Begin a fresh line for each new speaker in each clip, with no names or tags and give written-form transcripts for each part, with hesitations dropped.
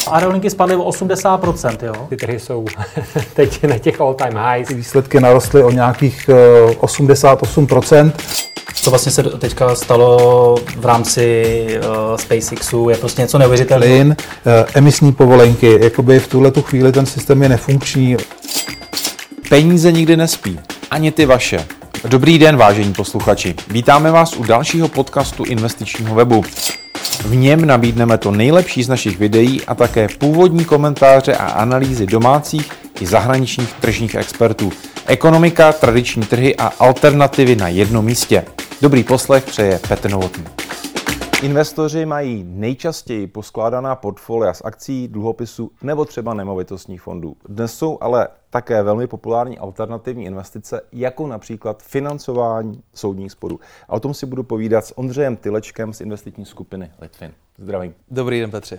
Aerolinky spadly o 80%, jo?
Ty trhy jsou teď na těch all-time highs.
Výsledky narostly o nějakých 88%.
Co vlastně se teďka stalo v rámci SpaceXu, je prostě něco neuvěřitelného.
Plyn, emisní povolenky, jakoby v tuhletu chvíli ten systém je nefunkční.
Peníze nikdy nespí, ani ty vaše. Dobrý den, vážení posluchači. Vítáme vás u dalšího podcastu investičního webu. V něm nabídneme to nejlepší z našich videí a také původní komentáře a analýzy domácích i zahraničních tržních expertů. Ekonomika, tradiční trhy a alternativy na jednom místě. Dobrý poslech přeje Petr Novotný. Investoři mají nejčastěji poskládaná portfolia z akcí, dluhopisů nebo třeba nemovitostních fondů. Dnes jsou ale také velmi populární alternativní investice, jako například financování soudních sporů. A o tom si budu povídat s Ondřejem Tylečkem z investiční skupiny Litfin. Zdravím.
Dobrý den, Petře.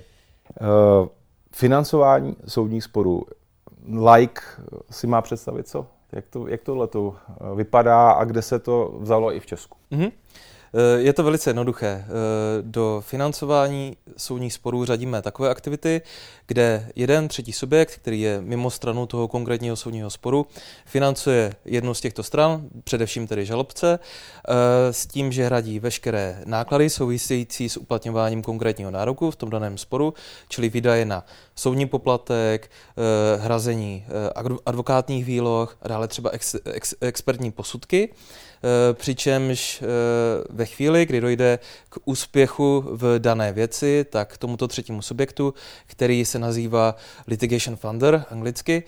Financování soudních sporů. Like si má představit co? Jak tohle to vypadá a kde se to vzalo i v Česku?
Je to velice jednoduché. Do financování soudních sporů řadíme takové aktivity, kde jeden třetí subjekt, který je mimo stranu toho konkrétního soudního sporu, financuje jednu z těchto stran, především tedy žalobce, s tím, že hradí veškeré náklady související s uplatňováním konkrétního nároku v tom daném sporu, čili výdaje na soudní poplatek, hrazení advokátních výloh a dále třeba expertní posudky. Přičemž ve chvíli, kdy dojde k úspěchu v dané věci, tak tomuto třetímu subjektu, který se nazývá litigation funder anglicky,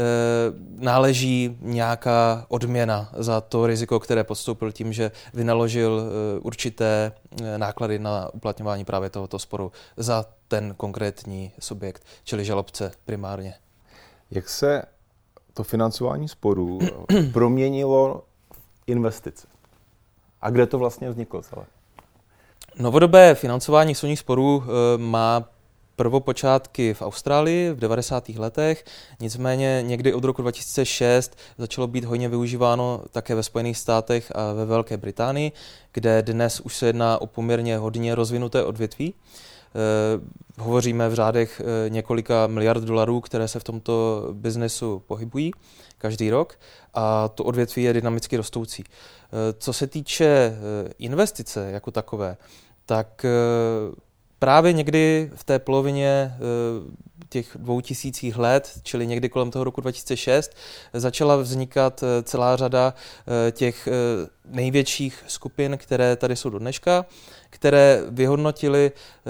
náleží nějaká odměna za to riziko, které podstoupil tím, že vynaložil určité náklady na uplatňování právě tohoto sporu za ten konkrétní subjekt, čili žalobce primárně.
Jak se to financování sporů proměnilo investice? A kde to vlastně vzniklo celé?
Novodobé financování soudních sporů má prvopočátky v Austrálii v 90. letech, nicméně někdy od roku 2006 začalo být hojně využíváno také ve Spojených státech a ve Velké Británii, kde dnes už se jedná o poměrně hodně rozvinuté odvětví. Hovoříme v řádech několika miliard dolarů, které se v tomto biznesu pohybují každý rok a to odvětví je dynamicky rostoucí. Co se týče investice jako takové, tak právě někdy v té polovině těch 2000 let, čili někdy kolem toho roku 2006, začala vznikat celá řada těch největších skupin, které tady jsou do dneška, které vyhodnotily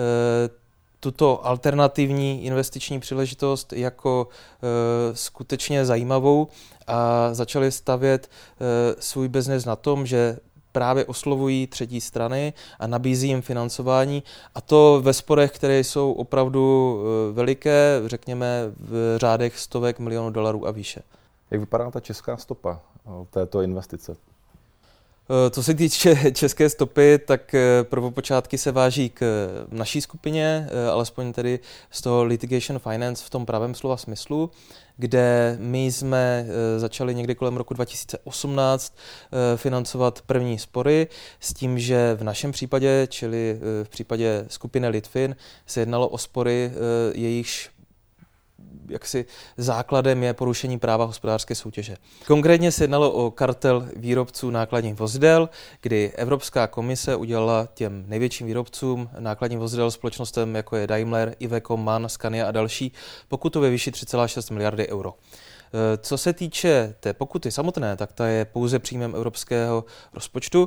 tuto alternativní investiční příležitost jako skutečně zajímavou a začali stavět svůj biznes na tom, že právě oslovují třetí strany a nabízí jim financování, a to ve sporech, které jsou opravdu veliké, řekněme v řádech stovek milionů dolarů a výše.
Jak vypadá ta česká stopa této investice?
Co se týče české stopy, tak prvopočátky se váží k naší skupině, alespoň tedy z toho litigation finance v tom pravém slova smyslu, kde my jsme začali někdy kolem roku 2018 financovat první spory s tím, že v našem případě, čili v případě skupiny Litfin, se jednalo o spory, jejichž jaksi základem je porušení práva hospodářské soutěže. Konkrétně se jednalo o kartel výrobců nákladních vozidel, kdy Evropská komise udělala těm největším výrobcům nákladních vozidel společnostem, jako je Daimler, Iveco, MAN, Scania a další, pokutu ve výši 3,6 miliardy euro. Co se týče té pokuty samotné, tak ta je pouze příjmem evropského rozpočtu.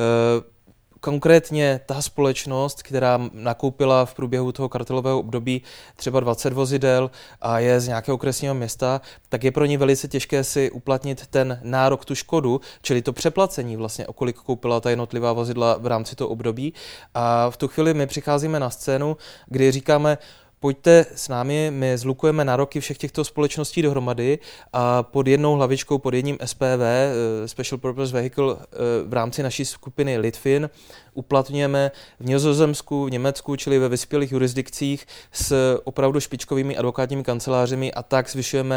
Konkrétně ta společnost, která nakoupila v průběhu toho kartelového období třeba 20 vozidel a je z nějakého okresního města, tak je pro ní velice těžké si uplatnit ten nárok, tu škodu, čili to přeplacení vlastně, o kolik koupila ta jednotlivá vozidla v rámci toho období. A v tu chvíli my přicházíme na scénu, kdy říkáme: pojďte s námi, my zlukujeme nároky všech těchto společností dohromady a pod jednou hlavičkou, pod jedním SPV, Special Purpose Vehicle, v rámci naší skupiny Litfin uplatňujeme v Nizozemsku, v Německu, čili ve vyspělých jurisdikcích s opravdu špičkovými advokátními kancelářemi, a tak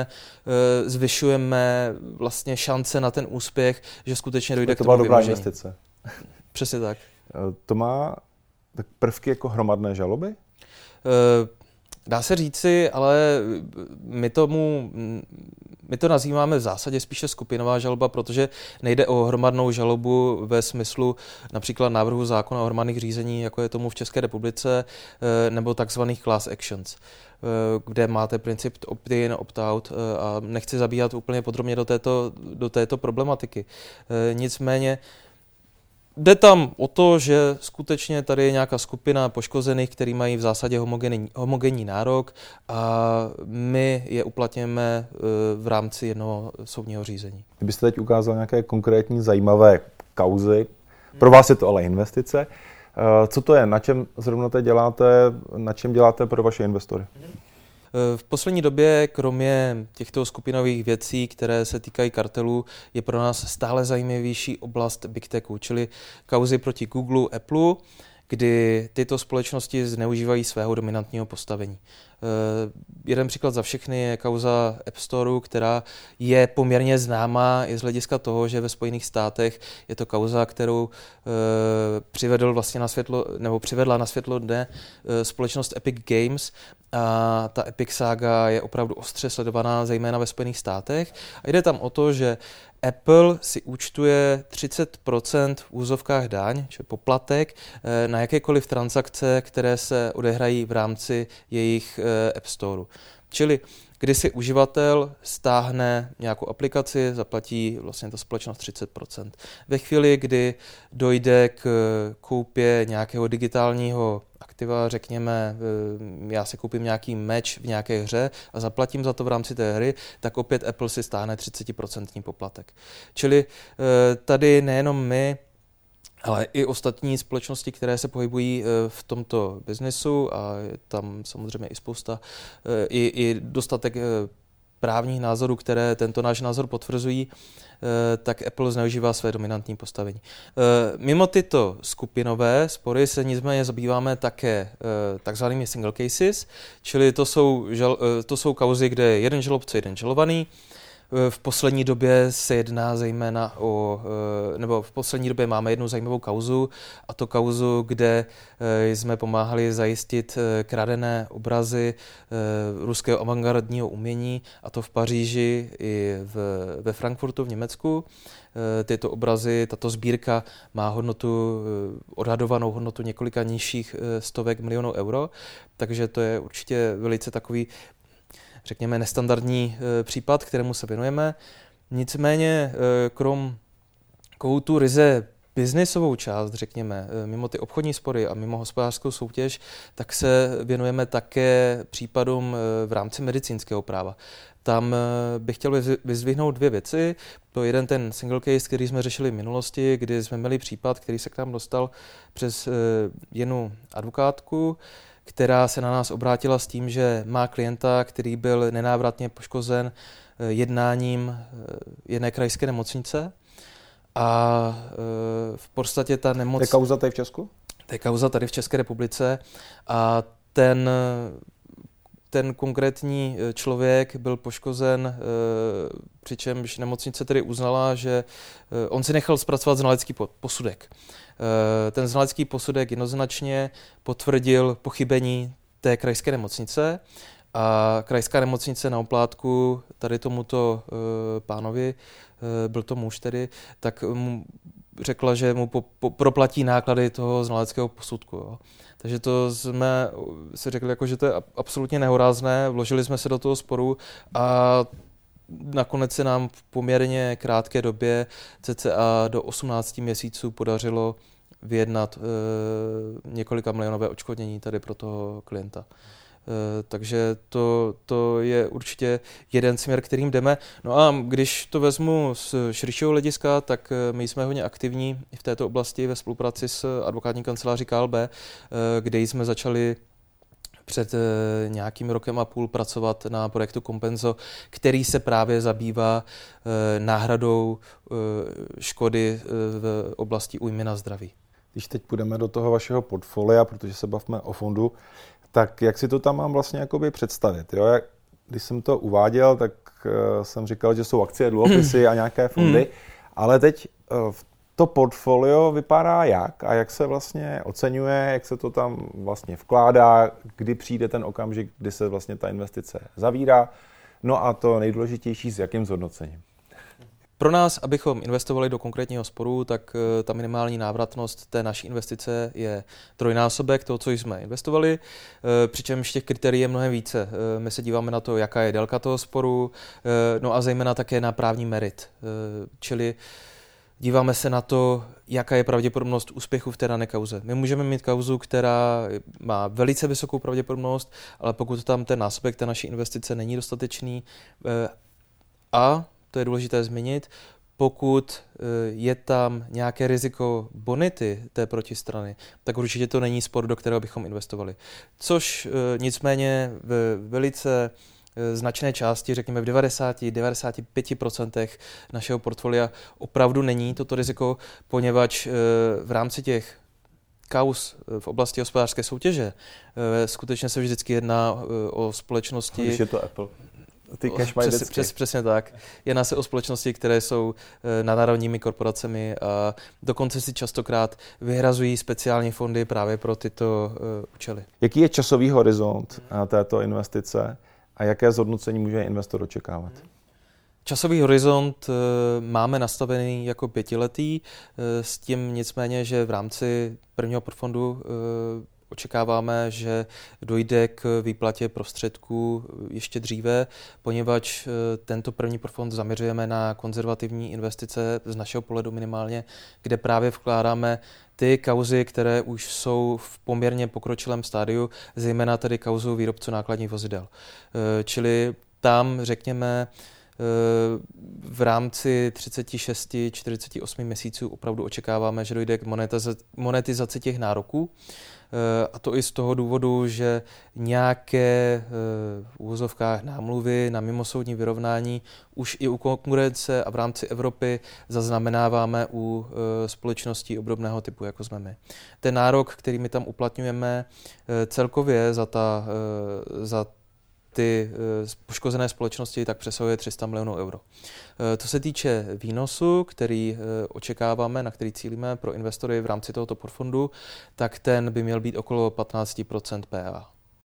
zvyšujeme vlastně šance na ten úspěch, že skutečně dojde k tomu vymožení. To byla dobrá investice. Přesně tak.
To má prvky jako hromadné žaloby?
Dá se říci, ale my to nazýváme v zásadě spíše skupinová žaloba, protože nejde o hromadnou žalobu ve smyslu například návrhu zákona o hromadných řízení, jako je tomu v České republice, nebo takzvaných class actions, kde máte princip opt-in, opt-out a nechci zabíhat úplně podrobně do této problematiky. Nicméně jde tam o to, že skutečně tady je nějaká skupina poškozených, který mají v zásadě homogenní nárok a my je uplatňujeme v rámci jednoho soudního řízení.
Kdybyste teď ukázal nějaké konkrétní zajímavé kauzy, pro vás je to ale investice, co to je, na čem zrovna teď děláte, na čem děláte pro vaše investory?
V poslední době, kromě těchto skupinových věcí, které se týkají kartelů, je pro nás stále zajímavější oblast Big Techu, čili kauzy proti Google, Apple, kdy tyto společnosti zneužívají svého dominantního postavení. Jeden příklad za všechny je kauza App Storeu, která je poměrně známá i z hlediska toho, že ve Spojených státech je to kauza, kterou přivedla na světlo dne společnost Epic Games. A ta Epic Saga je opravdu ostře sledovaná, zejména ve Spojených státech. A jde tam o to, že Apple si účtuje 30% v úzovkách daň, či poplatek, na jakékoliv transakce, které se odehrají v rámci jejich App Storeu. Čili když si uživatel stáhne nějakou aplikaci, zaplatí vlastně ta společnost 30%. Ve chvíli, kdy dojde k koupě nějakého digitálního aktiva, řekněme, já si koupím nějaký meč v nějaké hře a zaplatím za to v rámci té hry, tak opět Apple si stáhne 30% poplatek. Čili tady nejenom my, ale i ostatní společnosti, které se pohybují v tomto biznesu a je tam samozřejmě i spousta, i dostatek právních názorů, které tento náš názor potvrzují, tak Apple zneužívá své dominantní postavení. Mimo tyto skupinové spory se nicméně zabýváme také takzvanými single cases, čili to jsou kauzy, kde je jeden žalobce, jeden žalovaný. V poslední době se jedná zejména v poslední době máme jednu zajímavou kauzu, a to kauzu, kde jsme pomáhali zajistit kradené obrazy ruského avantgardního umění, a to v Paříži i ve Frankfurtu v Německu. Tyto obrazy, tato sbírka má odhadovanou hodnotu několika nižších stovek milionů euro, takže to je určitě velice takový, řekněme, nestandardní případ, kterému se věnujeme. Nicméně, krom tu ryze biznisovou část, řekněme, mimo ty obchodní spory a mimo hospodářskou soutěž, tak se věnujeme také případům v rámci medicínského práva. Tam bych chtěl vyzdvihnout dvě věci. To je jeden ten single case, který jsme řešili v minulosti, kdy jsme měli případ, který se k nám dostal přes jednu advokátku, která se na nás obrátila s tím, že má klienta, který byl nenávratně poškozen jednáním jedné krajské nemocnice. A v podstatě ta nemoc...
To je kauza tady v Česku?
To je kauza tady v České republice a ten konkrétní člověk byl poškozen, přičemž nemocnice tedy uznala, že on si nechal zpracovat znalecký posudek. Ten znalecký posudek jednoznačně potvrdil pochybení té krajské nemocnice a krajská nemocnice na oplátku tady tomuto pánovi, byl to muž tedy, tak mu řekla, že mu proplatí náklady toho znaleckého posudku. Jo. Takže to jsme si řekli, jako, že to je absolutně nehorázné, vložili jsme se do toho sporu a nakonec se nám v poměrně krátké době, cca do 18 měsíců, podařilo vyjednat několika milionové odškodnění tady pro toho klienta. Takže to je určitě jeden směr, kterým jdeme. No a když to vezmu z širšího hlediska, tak my jsme hodně aktivní v této oblasti ve spolupráci s advokátní kanceláří KLB, kde jsme začali před nějakým rokem a půl pracovat na projektu Compenzo, který se právě zabývá náhradou škody v oblasti újmy na zdraví.
Když teď půjdeme do toho vašeho portfolia, protože se bavíme o fondu, tak jak si to tam mám vlastně jakoby představit? Jo? Když jsem to uváděl, tak jsem říkal, že jsou akcie, dluhopisy a nějaké fondy, ale teď To portfolio vypadá jak a jak se vlastně oceňuje, jak se to tam vlastně vkládá, kdy přijde ten okamžik, kdy se vlastně ta investice zavírá. No a to nejdůležitější, s jakým zhodnocením.
Pro nás, abychom investovali do konkrétního sporu, tak ta minimální návratnost té naší investice je trojnásobek toho, co jsme investovali, přičemž těch kritérií je mnohem více. My se díváme na to, jaká je délka toho sporu, no a zejména také na právní merit, čili díváme se na to, jaká je pravděpodobnost úspěchu v té dané kauze. My můžeme mít kauzu, která má velice vysokou pravděpodobnost, ale pokud tam ten násobek té naší investice není dostatečný a to je důležité zmínit, pokud je tam nějaké riziko bonity té protistrany, tak určitě to není spor, do kterého bychom investovali. Což nicméně v velice značné části, řekněme v 90-95% našeho portfolia opravdu není toto riziko, poněvadž v rámci těch kauz v oblasti hospodářské soutěže skutečně se vždycky jedná o společnosti.
Když je to Apple.
Přesně tak. Jedná se o společnosti, které jsou nadnárodními korporacemi a dokonce si častokrát vyhrazují speciální fondy právě pro tyto účely.
Jaký je časový horizont této investice a jaké zhodnocení může investor očekávat?
Časový horizont máme nastavený jako 5letý, s tím nicméně, že v rámci prvního portfondu očekáváme, že dojde k výplatě prostředků ještě dříve, poněvadž tento první portfond zaměřujeme na konzervativní investice z našeho pohledu minimálně, kde právě vkládáme ty kauzy, které už jsou v poměrně pokročilém stádiu, zejména tedy kauzu výrobců nákladních vozidel. Čili tam, řekněme, v rámci 36-48 měsíců opravdu očekáváme, že dojde k monetizaci těch nároků. A to i z toho důvodu, že nějaké v úvozovkách námluvy na mimosoudní vyrovnání už i u konkurence a v rámci Evropy zaznamenáváme u společností obdobného typu, jako jsme my. Ten nárok, který my tam uplatňujeme celkově za ty poškozené společnosti, tak přesahuje 300 milionů euro. Co se týče výnosu, který očekáváme, na který cílíme pro investory v rámci tohoto portfondu, tak ten by měl být okolo 15% PA.